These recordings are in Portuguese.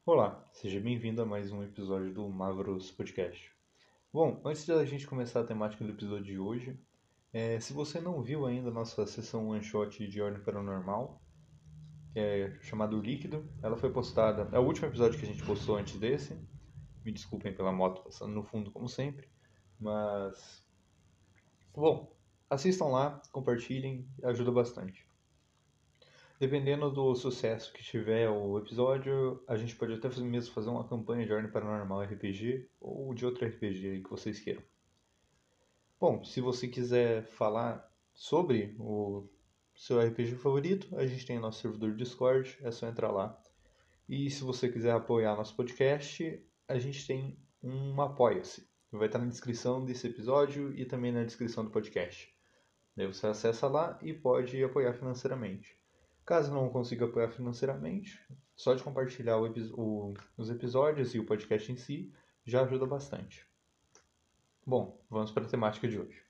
Olá, seja bem-vindo a mais um episódio do Magros Podcast. Bom, antes da gente começar a temática do episódio de hoje, se você não viu ainda a nossa sessão one shot de Ordem Paranormal, que é chamada O Líquido, ela foi postada, é o último episódio que a gente postou antes desse. Me desculpem pela moto passando no fundo, como sempre, mas bom, assistam lá, compartilhem, ajuda bastante. Dependendo do sucesso que tiver o episódio, a gente pode até mesmo fazer uma campanha de Ordem Paranormal RPG ou de outro RPG aí que vocês queiram. Bom, se você quiser falar sobre o seu RPG favorito, a gente tem nosso servidor de Discord, é só entrar lá. E se você quiser apoiar nosso podcast, a gente tem um Apoia-se. Vai estar na descrição desse episódio e também na descrição do podcast. Daí você acessa lá e pode apoiar financeiramente. Caso não consiga apoiar financeiramente, só de compartilhar os episódios e o podcast em si já ajuda bastante. Bom, vamos para a temática de hoje.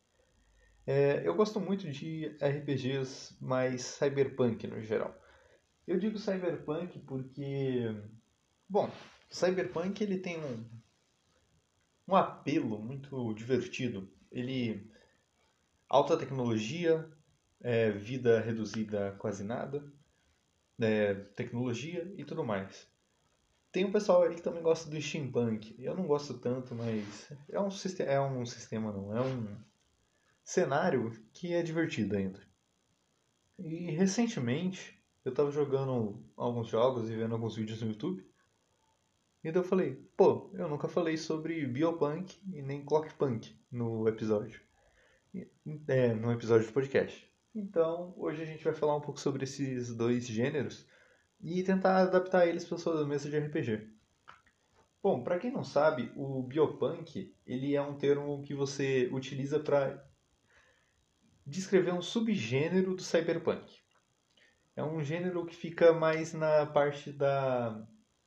Eu gosto muito de RPGs mais cyberpunk no geral. Eu digo cyberpunk porque, bom, cyberpunk ele tem um apelo muito divertido. Ele alta tecnologia, vida reduzida a quase nada, tecnologia e tudo mais. Tem um pessoal aí que também gosta do steampunk. Eu não gosto tanto, mas é um sistema não, é um cenário que é divertido ainda. E recentemente eu tava jogando alguns jogos e vendo alguns vídeos no YouTube. E daí eu falei, pô, eu nunca falei sobre biopunk e nem clockpunk no episódio. No episódio do podcast. Então, hoje a gente vai falar um pouco sobre esses dois gêneros e tentar adaptar eles para sua mesa de RPG. Bom, para quem não sabe, o biopunk ele é um termo que você utiliza para descrever um subgênero do cyberpunk. É um gênero que fica mais na parte da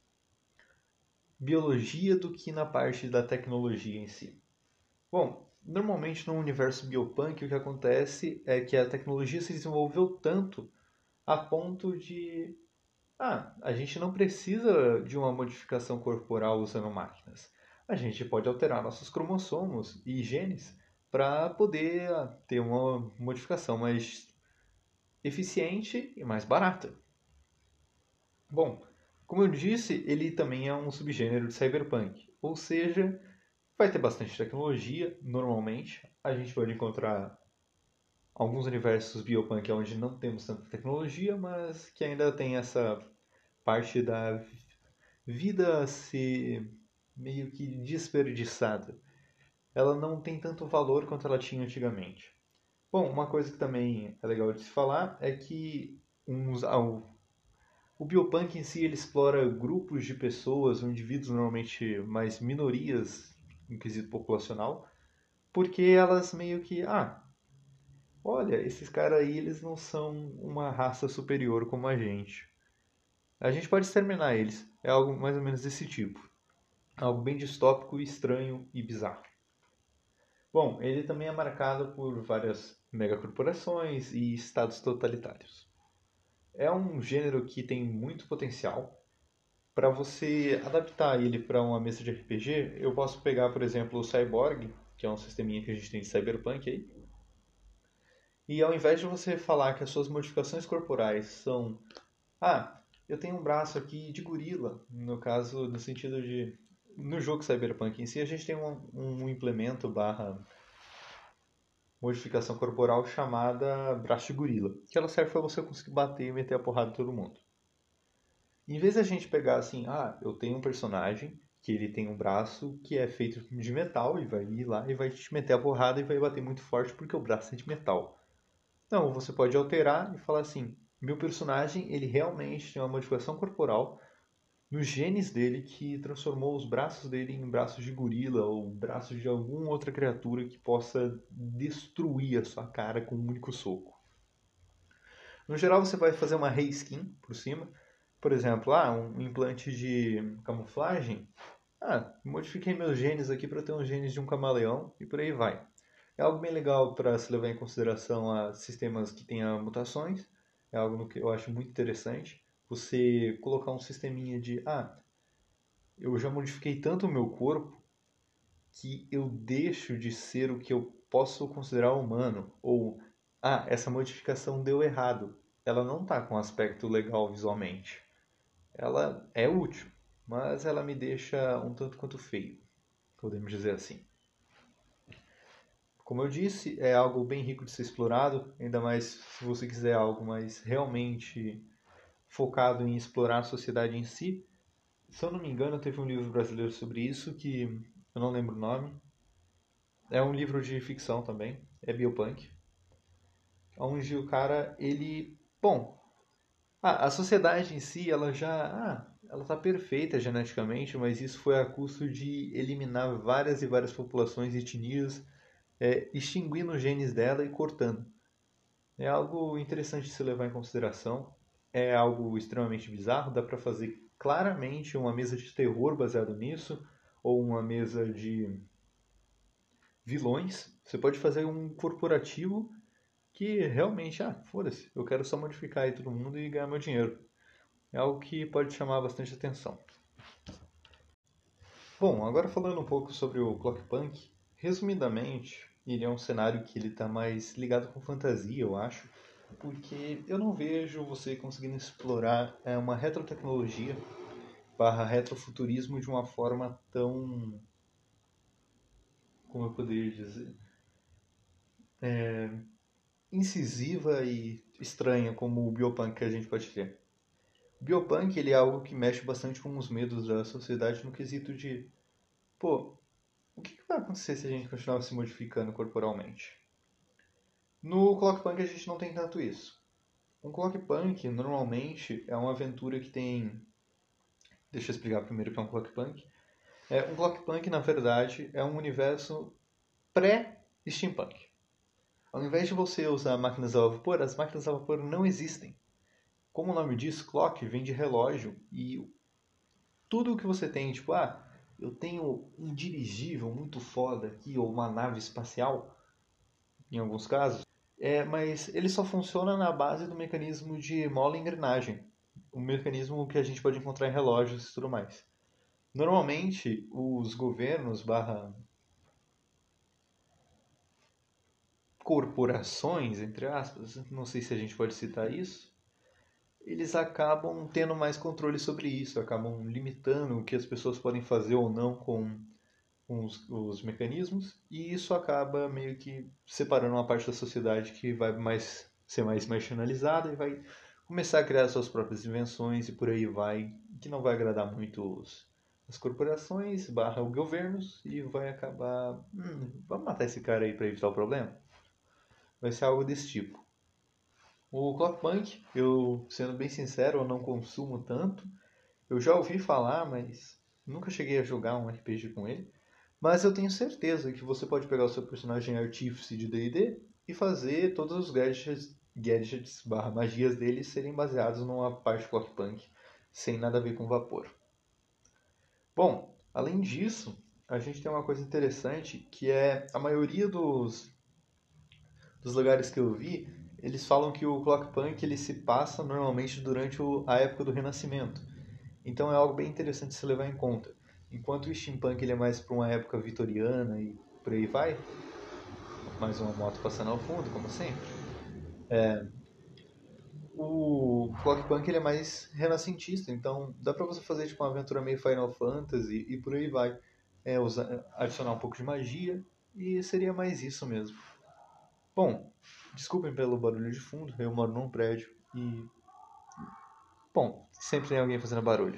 biologia do que na parte da tecnologia em si. Bom, normalmente no universo biopunk o que acontece é que a tecnologia se desenvolveu tanto a ponto de a gente não precisa de uma modificação corporal usando máquinas. A gente pode alterar nossos cromossomos e genes para poder ter uma modificação mais eficiente e mais barata. Bom, como eu disse, ele também é um subgênero de cyberpunk, ou seja, vai ter bastante tecnologia, normalmente. A gente pode encontrar alguns universos biopunk onde não temos tanta tecnologia, mas que ainda tem essa parte da vida ser meio que desperdiçada. Ela não tem tanto valor quanto ela tinha antigamente. Bom, uma coisa que também é legal de se falar é que o biopunk em si ele explora grupos de pessoas, ou indivíduos normalmente mais minorias em quesito populacional, porque elas meio que, olha, esses caras aí eles não são uma raça superior como a gente. A gente pode exterminar eles. É algo mais ou menos desse tipo. Algo bem distópico, estranho e bizarro. Bom, ele também é marcado por várias megacorporações e estados totalitários. É um gênero que tem muito potencial. Para você adaptar ele para uma mesa de RPG, eu posso pegar, por exemplo, o Cyborg, que é um sisteminha que a gente tem de Cyberpunk aí, e ao invés de você falar que as suas modificações corporais são eu tenho um braço aqui de gorila, no caso, no sentido de no jogo Cyberpunk em si, a gente tem um implemento barra modificação corporal chamada braço de gorila, que ela serve para você conseguir bater e meter a porrada em todo mundo. Em vez da gente pegar assim, eu tenho um personagem que ele tem um braço que é feito de metal e vai ir lá e vai te meter a porrada e vai bater muito forte porque o braço é de metal. Não, você pode alterar e falar assim, meu personagem ele realmente tem uma modificação corporal nos genes dele que transformou os braços dele em braços de gorila ou braços de alguma outra criatura que possa destruir a sua cara com um único soco. No geral, você vai fazer uma reskin por cima. Por exemplo, um implante de camuflagem. Modifiquei meus genes aqui para ter uns genes de um camaleão e por aí vai. É algo bem legal para se levar em consideração a sistemas que tenham mutações. É algo que eu acho muito interessante. você colocar um sisteminha de, eu já modifiquei tanto o meu corpo que eu deixo de ser o que eu posso considerar humano, ou, essa modificação deu errado, ela não está com aspecto legal visualmente. Ela é útil, mas ela me deixa um tanto quanto feio, podemos dizer assim. Como eu disse, é algo bem rico de ser explorado, ainda mais se você quiser algo mais realmente focado em explorar a sociedade em si. Se eu não me engano, teve um livro brasileiro sobre isso que eu não lembro o nome. É um livro de ficção também, é Biopunk, onde o cara, ele, bom, a sociedade em si, ela tá perfeita geneticamente, mas isso foi a custo de eliminar várias e várias populações e etnias, extinguindo os genes dela e cortando. É algo interessante de se levar em consideração. É algo extremamente bizarro. Dá para fazer claramente uma mesa de terror baseado nisso, ou uma mesa de vilões. Você pode fazer um corporativo que realmente, foda-se, eu quero só modificar aí todo mundo e ganhar meu dinheiro. É algo que pode chamar bastante atenção. Bom, agora falando um pouco sobre o Clockpunk, resumidamente, ele é um cenário que ele está mais ligado com fantasia, eu acho, porque eu não vejo você conseguindo explorar uma retrotecnologia barra retrofuturismo de uma forma tão, como eu poderia dizer, incisiva e estranha como o biopunk que a gente pode ter. O biopunk ele é algo que mexe bastante com os medos da sociedade no quesito de, pô, o que vai acontecer se a gente continuar se modificando corporalmente? No Clockpunk a gente não tem tanto isso. Um Clockpunk normalmente é uma aventura que tem. Deixa eu explicar primeiro o que é um Clockpunk. Um Clockpunk, na verdade, é um universo pré-steampunk. Ao invés de você usar máquinas a vapor, as máquinas a vapor não existem. Como o nome diz, clock vem de relógio e tudo o que você tem, tipo, eu tenho um dirigível muito foda aqui, ou uma nave espacial, em alguns casos, mas ele só funciona na base do mecanismo de mola e engrenagem, um mecanismo que a gente pode encontrar em relógios e tudo mais. Normalmente, os governos barra corporações, entre aspas, não sei se a gente pode citar isso, eles acabam tendo mais controle sobre isso, acabam limitando o que as pessoas podem fazer ou não com os mecanismos, e isso acaba meio que separando uma parte da sociedade que vai ser mais marginalizada e vai começar a criar suas próprias invenções e por aí vai, que não vai agradar muito as corporações barra os governos e vai acabar, vamos matar esse cara aí para evitar o problema? Vai ser algo desse tipo. O Clockpunk, eu sendo bem sincero, eu não consumo tanto. Eu já ouvi falar, mas nunca cheguei a jogar um RPG com ele. Mas eu tenho certeza que você pode pegar o seu personagem artífice de D&D e fazer todos os gadgets barra magias dele serem baseados numa parte Clockpunk, sem nada a ver com vapor. Bom, além disso, a gente tem uma coisa interessante que é a maioria dos lugares que eu vi, eles falam que o Clockpunk ele se passa normalmente durante a época do Renascimento. Então é algo bem interessante de se levar em conta. Enquanto o Steampunk ele é mais para uma época vitoriana e por aí vai, mais uma moto passando ao fundo, como sempre. O Clockpunk ele é mais renascentista, então dá pra você fazer tipo uma aventura meio Final Fantasy e por aí vai. Adicionar um pouco de magia e seria mais isso mesmo. Bom, desculpem pelo barulho de fundo, eu moro num prédio e. Bom, sempre tem alguém fazendo barulho.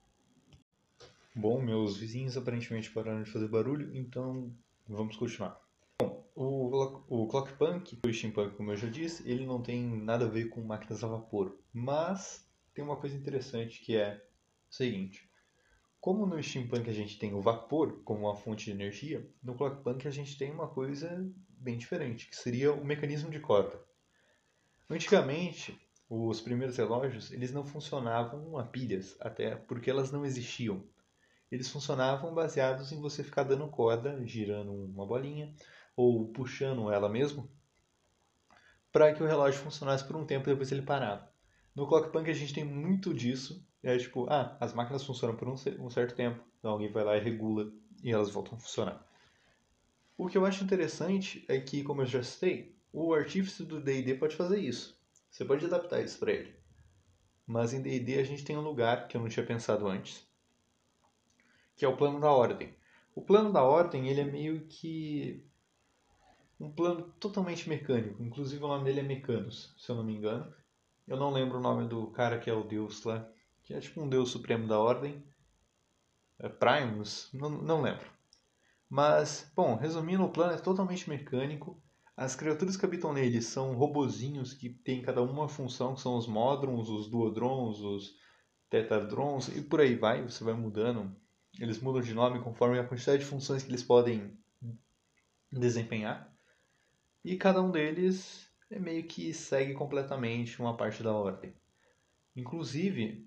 Bom, meus vizinhos aparentemente pararam de fazer barulho, então vamos continuar. O Clockpunk, o Steampunk, como eu já disse, ele não tem nada a ver com máquinas a vapor. Mas tem uma coisa interessante que é o seguinte. Como no Steampunk a gente tem o vapor como uma fonte de energia, no Clockpunk a gente tem uma coisa bem diferente, que seria o mecanismo de corda. Antigamente, os primeiros relógios eles não funcionavam a pilhas, até porque elas não existiam. Eles funcionavam baseados em você ficar dando corda, girando uma bolinha, ou puxando ela mesmo, para que o relógio funcionasse por um tempo e depois ele parava. No Clockpunk a gente tem muito disso. É tipo, as máquinas funcionam por um certo tempo, então alguém vai lá e regula e elas voltam a funcionar. O que eu acho interessante é que, como eu já citei, o artífice do D&D pode fazer isso. Você pode adaptar isso para ele. Mas em D&D a gente tem um lugar que eu não tinha pensado antes, que é o plano da ordem. O plano da ordem, ele é meio que um plano totalmente mecânico. Inclusive o nome dele é Mecanos, se eu não me engano. Eu não lembro o nome do cara que é o deus lá, que é tipo um deus supremo da ordem. É Primus? Não lembro. Mas, bom, resumindo, o plano é totalmente mecânico. As criaturas que habitam nele são robozinhos que têm cada uma função, que são os Modrons, os Duodrons, os Tetradrons e por aí vai. Você vai mudando. Eles mudam de nome conforme a quantidade de funções que eles podem desempenhar. E cada um deles é meio que segue completamente uma parte da ordem. Inclusive,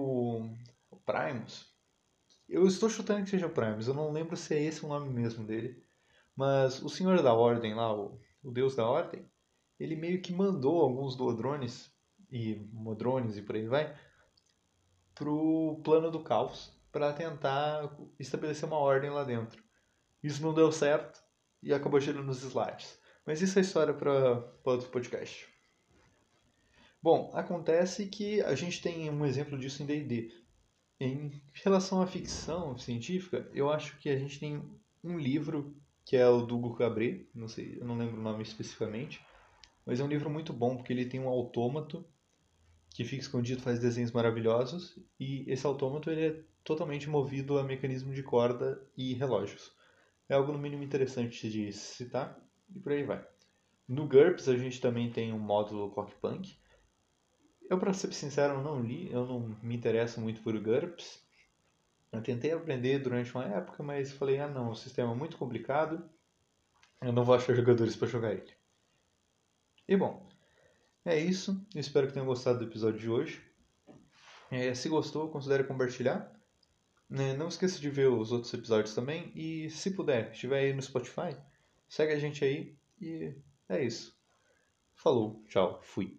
o Primus, eu estou chutando que seja o Primus, eu não lembro se é esse o nome mesmo dele, mas o Senhor da Ordem lá, o Deus da Ordem, ele meio que mandou alguns Duodrones e Modrones e por aí vai pro plano do caos para tentar estabelecer uma ordem lá dentro. Isso não deu certo e acabou gerando os slides. Mas isso é história para outro podcast. Bom, acontece que a gente tem um exemplo disso em D&D. Em relação à ficção científica, eu acho que a gente tem um livro que é o do Hugo Cabret, não sei, eu não lembro o nome especificamente, mas é um livro muito bom porque ele tem um autômato que fica escondido, faz desenhos maravilhosos e esse autômato ele é totalmente movido a mecanismo de corda e relógios. É algo no mínimo interessante de citar e por aí vai. No GURPS a gente também tem um módulo Clockpunk. Eu, para ser sincero, não li, eu não me interesso muito por GURPS. Eu tentei aprender durante uma época, mas falei, não, o sistema é muito complicado, eu não vou achar jogadores para jogar ele. E bom, é isso. Espero que tenham gostado do episódio de hoje. Se gostou, considere compartilhar. Não esqueça de ver os outros episódios também. E se puder, estiver aí no Spotify, segue a gente aí. E é isso. Falou, tchau, fui.